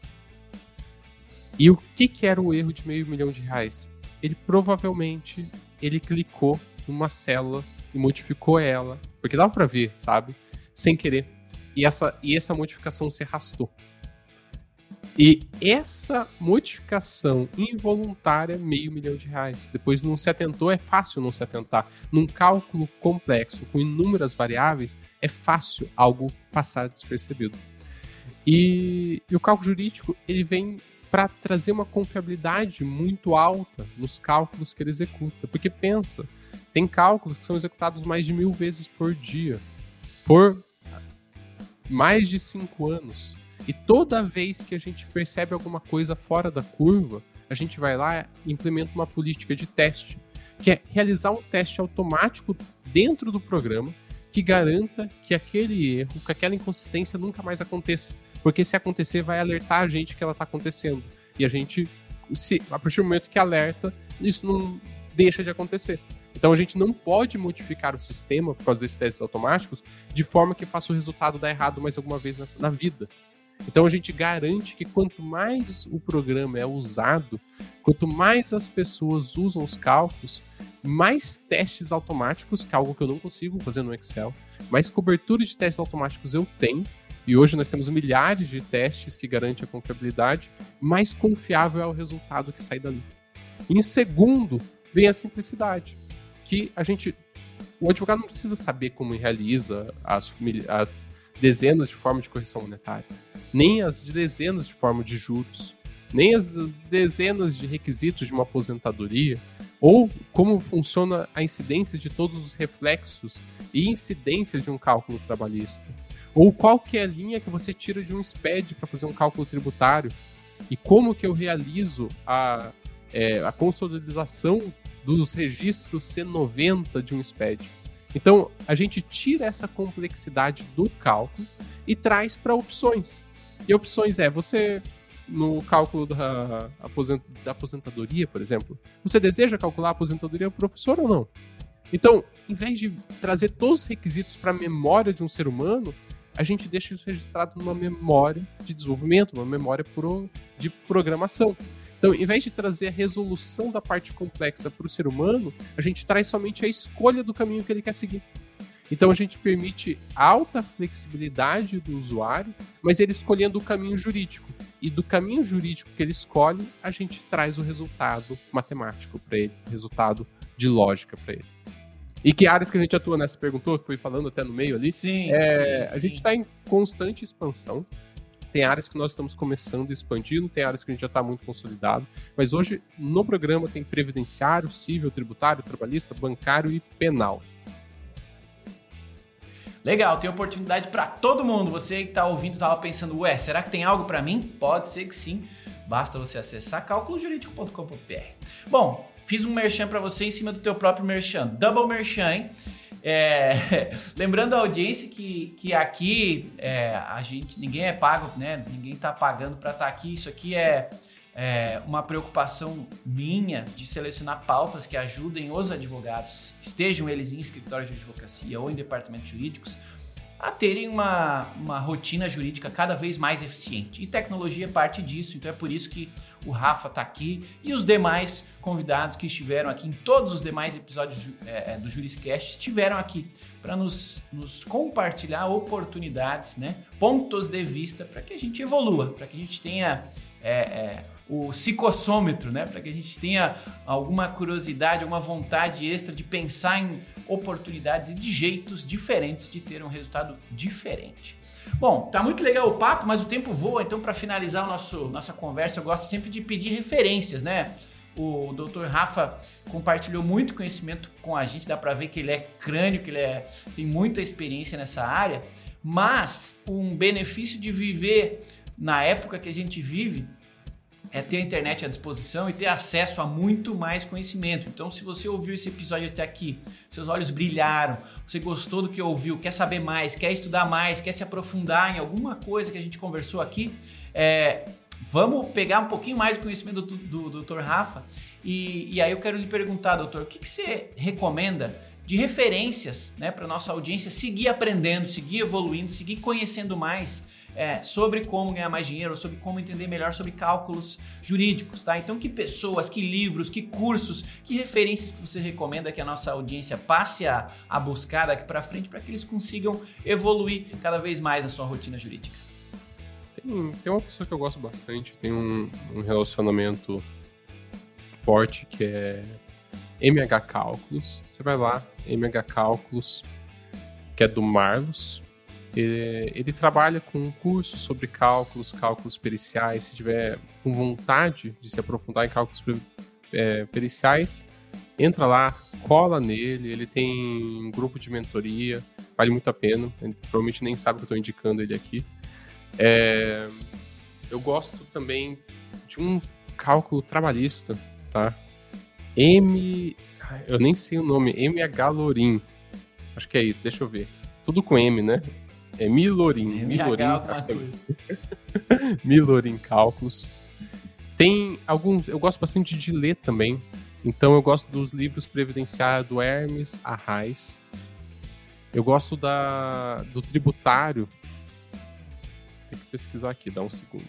E o que, que era o erro de meio milhão de reais? Ele provavelmente ele clicou numa célula e modificou ela, porque dava para ver, sabe? Sem querer. E essa, e essa modificação se arrastou. E essa modificação involuntária, meio milhão de reais. Depois não se atentou, é fácil não se atentar. Num cálculo complexo, com inúmeras variáveis, é fácil algo passar despercebido. E, e o cálculo jurídico, ele vem para trazer uma confiabilidade muito alta nos cálculos que ele executa. Porque pensa, tem cálculos que são executados mais de mil vezes por dia, por mais de cinco anos. E toda vez que a gente percebe alguma coisa fora da curva, a gente vai lá e implementa uma política de teste, que é realizar um teste automático dentro do programa que garanta que aquele erro, que aquela inconsistência nunca mais aconteça. Porque se acontecer, vai alertar a gente que ela está acontecendo. E a gente, se, a partir do momento que alerta, isso não deixa de acontecer. Então a gente não pode modificar o sistema, por causa desses testes automáticos, de forma que faça o resultado dar errado mais alguma vez na, na vida. Então a gente garante que quanto mais o programa é usado, quanto mais as pessoas usam os cálculos, mais testes automáticos, que é algo que eu não consigo fazer no Excel, mais cobertura de testes automáticos eu tenho, e hoje nós temos milhares de testes que garantem a confiabilidade, mais confiável é o resultado que sai dali. Em segundo, vem a simplicidade, que a gente, o advogado não precisa saber como realiza as, as dezenas de formas de correção monetária, nem as de dezenas de formas de juros, nem as dezenas de requisitos de uma aposentadoria, ou como funciona a incidência de todos os reflexos e incidências de um cálculo trabalhista, Ou qual que é a linha que você tira de um S P E D para fazer um cálculo tributário? E como que eu realizo a, é, a consolidação dos registros C noventa de um S P E D? Então, a gente tira essa complexidade do cálculo e traz para opções. E opções é, você, no cálculo da, aposent, da aposentadoria, por exemplo, você deseja calcular a aposentadoria do professor ou não? Então, em vez de trazer todos os requisitos para a memória de um ser humano, a gente deixa isso registrado numa memória de desenvolvimento, numa memória pro, de programação. Então, em vez de trazer a resolução da parte complexa para o ser humano, a gente traz somente a escolha do caminho que ele quer seguir. Então, a gente permite alta flexibilidade do usuário, mas ele escolhendo o caminho jurídico. E do caminho jurídico que ele escolhe, a gente traz o resultado matemático para ele, o resultado de lógica para ele. E que áreas que a gente atua nessa? Perguntou, que foi falando até no meio ali. Sim, é, sim, A sim. gente está em constante expansão. Tem áreas que nós estamos começando a expandir, tem áreas que a gente já está muito consolidado. Mas hoje, no programa, tem previdenciário, civil, tributário, trabalhista, bancário e penal. Legal, tem oportunidade para todo mundo. Você que está ouvindo estava pensando, ué, será que tem algo para mim? Pode ser que sim. Basta você acessar cálculo jurídico ponto com ponto b r. Bom, fiz um merchan para você em cima do teu próprio merchan. Double merchan, hein? É, lembrando a audiência que, que aqui é, a gente, ninguém é pago, né? Ninguém está pagando para estar aqui. Isso aqui é, é uma preocupação minha de selecionar pautas que ajudem os advogados, estejam eles em escritórios de advocacia ou em departamentos jurídicos, a terem uma, uma rotina jurídica cada vez mais eficiente. E tecnologia é parte disso, então é por isso que o Rafa está aqui e os demais convidados que estiveram aqui em todos os demais episódios é, do JurisCast estiveram aqui para nos, nos compartilhar oportunidades, né, pontos de vista para que a gente evolua, para que a gente tenha é, é, o psicossômetro, né, para que a gente tenha alguma curiosidade, alguma vontade extra de pensar em oportunidades e de jeitos diferentes de ter um resultado diferente. Bom, tá muito legal o papo, mas o tempo voa, então para finalizar o nosso, nossa conversa, eu gosto sempre de pedir referências, né? O doutor Rafa compartilhou muito conhecimento com a gente, dá para ver que ele é crânio, que ele é, tem muita experiência nessa área, mas um benefício de viver na época que a gente vive é ter a internet à disposição e ter acesso a muito mais conhecimento. Então, se você ouviu esse episódio até aqui, seus olhos brilharam, você gostou do que ouviu, quer saber mais, quer estudar mais, quer se aprofundar em alguma coisa que a gente conversou aqui, é, vamos pegar um pouquinho mais do conhecimento do, do, do doutor Rafa. E, e aí eu quero lhe perguntar, doutor, o que, que você recomenda de referências, né, para nossa audiência seguir aprendendo, seguir evoluindo, seguir conhecendo mais É, sobre como ganhar mais dinheiro, sobre como entender melhor sobre cálculos jurídicos, tá? Então, que pessoas, que livros, que cursos, que referências que você recomenda que a nossa audiência passe a, a buscar daqui para frente para que eles consigam evoluir cada vez mais na sua rotina jurídica? Tem, tem uma pessoa que eu gosto bastante, tem um, um relacionamento forte que é M H Cálculos. Você vai lá, M H Cálculos, que é do Marlos. Ele, ele trabalha com um curso sobre cálculos, cálculos periciais. Se tiver com vontade de se aprofundar em cálculos é, periciais, entra lá, cola nele. Ele tem um grupo de mentoria, vale muito a pena. Ele provavelmente nem sabe que eu estou indicando ele aqui. É, eu gosto também de um cálculo trabalhista, tá? M... Eu nem sei o nome, M H Lorin. Acho que é isso, deixa eu ver. Tudo com M, né? É Milorin, Milorin, acho que é Milorin Cálculos. Tem alguns, eu gosto bastante de ler também, então eu gosto dos livros previdenciários do Hermes Arraes. Eu gosto da, do tributário. Tem que pesquisar aqui, dá um segundo.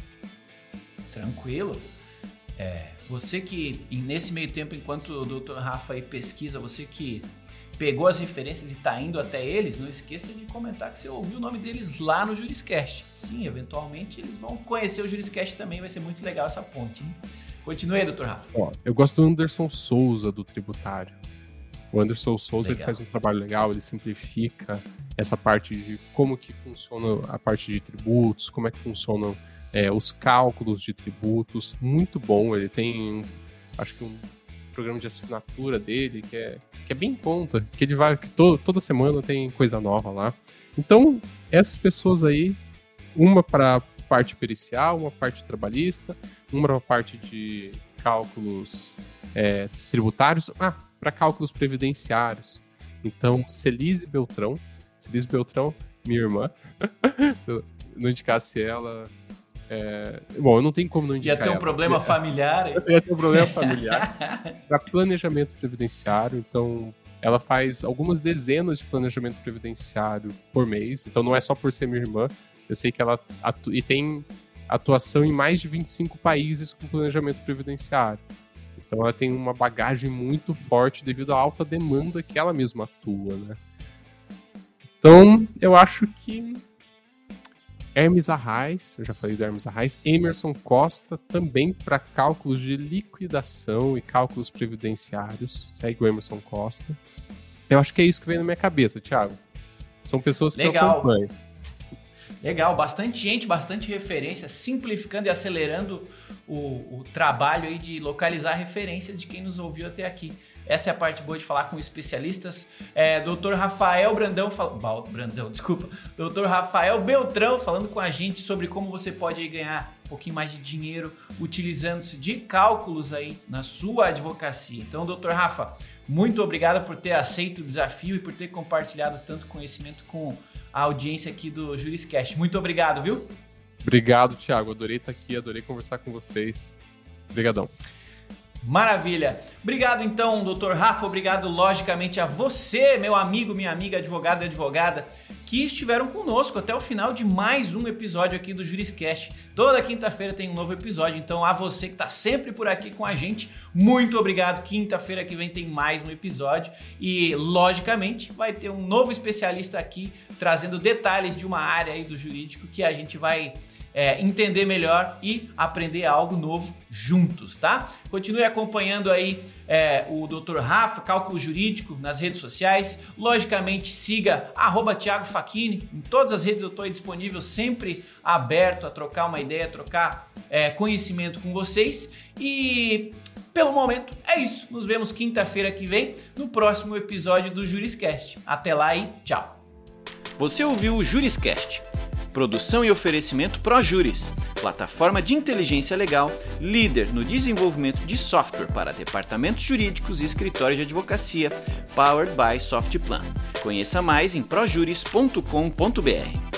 Tranquilo. É, você que, nesse meio tempo, enquanto o doutor Rafa aí pesquisa, você que pegou as referências e está indo até eles, não esqueça de comentar que você ouviu o nome deles lá no JurisCast. Sim, eventualmente eles vão conhecer o JurisCast também, vai ser muito legal essa ponte, hein? Continue aí, doutor Rafa. Ó, eu gosto do Anderson Souza, do tributário. O Anderson Souza ele faz um trabalho legal, ele simplifica essa parte de como que funciona a parte de tributos, como é que funcionam é, os cálculos de tributos. Muito bom, ele tem, acho que um programa de assinatura dele, que é que é bem em conta, que ele vai, que to, toda semana tem coisa nova lá. Então, essas pessoas aí, uma para parte pericial, uma parte trabalhista, uma para parte de cálculos é, tributários, ah, para cálculos previdenciários. Então, Celise Beltrão, Celise Beltrão, minha irmã, se eu não indicasse ela... É... Bom, eu não tenho como não indicar Ia ter um ela. problema familiar. Hein? Ia ter um problema familiar para planejamento previdenciário. Então, ela faz algumas dezenas de planejamento previdenciário por mês. Então, não é só por ser minha irmã. Eu sei que ela atu... e tem atuação em mais de vinte e cinco países com planejamento previdenciário. Então, ela tem uma bagagem muito forte devido à alta demanda que ela mesma atua, né? Então, eu acho que Hermes Arraes, eu já falei do Hermes Arraes, Emerson Costa, também para cálculos de liquidação e cálculos previdenciários. Segue o Emerson Costa. Eu acho que é isso que vem na minha cabeça, Thiago. São pessoas que Legal. eu acompanho. Legal, bastante gente, bastante referência, simplificando e acelerando o, o trabalho aí de localizar referência de quem nos ouviu até aqui. Essa é a parte boa de falar com especialistas. É, doutor Rafael Brandão, fal... Brandão, desculpa. doutor Rafael Beltrão falando com a gente sobre como você pode aí ganhar um pouquinho mais de dinheiro utilizando-se de cálculos aí na sua advocacia. Então, doutor Rafa, muito obrigado por ter aceito o desafio e por ter compartilhado tanto conhecimento com a audiência aqui do Juriscast. Muito obrigado, viu? Obrigado, Thiago. Adorei estar aqui, adorei conversar com vocês. Obrigadão. Maravilha. Obrigado então, doutor Rafa. Obrigado, logicamente, a você, meu amigo, minha amiga, advogado e advogada, que estiveram conosco até o final de mais um episódio aqui do Juriscast. Toda quinta-feira tem um novo episódio, então a você que está sempre por aqui com a gente, muito obrigado. Quinta-feira que vem tem mais um episódio e, logicamente, vai ter um novo especialista aqui trazendo detalhes de uma área aí do jurídico que a gente vai... É, entender melhor e aprender algo novo juntos, tá? Continue acompanhando aí é, o doutor Rafa, Cálculo Jurídico, nas redes sociais. Logicamente, siga arroba Thiago Facchini. Em todas as redes eu estou disponível, sempre aberto a trocar uma ideia, trocar é, conhecimento com vocês. E pelo momento é isso. Nos vemos quinta-feira que vem no próximo episódio do Juriscast. Até lá e tchau! Você ouviu o Juriscast. Produção e oferecimento ProJuris, plataforma de inteligência legal, líder no desenvolvimento de software para departamentos jurídicos e escritórios de advocacia, powered by Softplan. Conheça mais em projuris ponto com ponto br.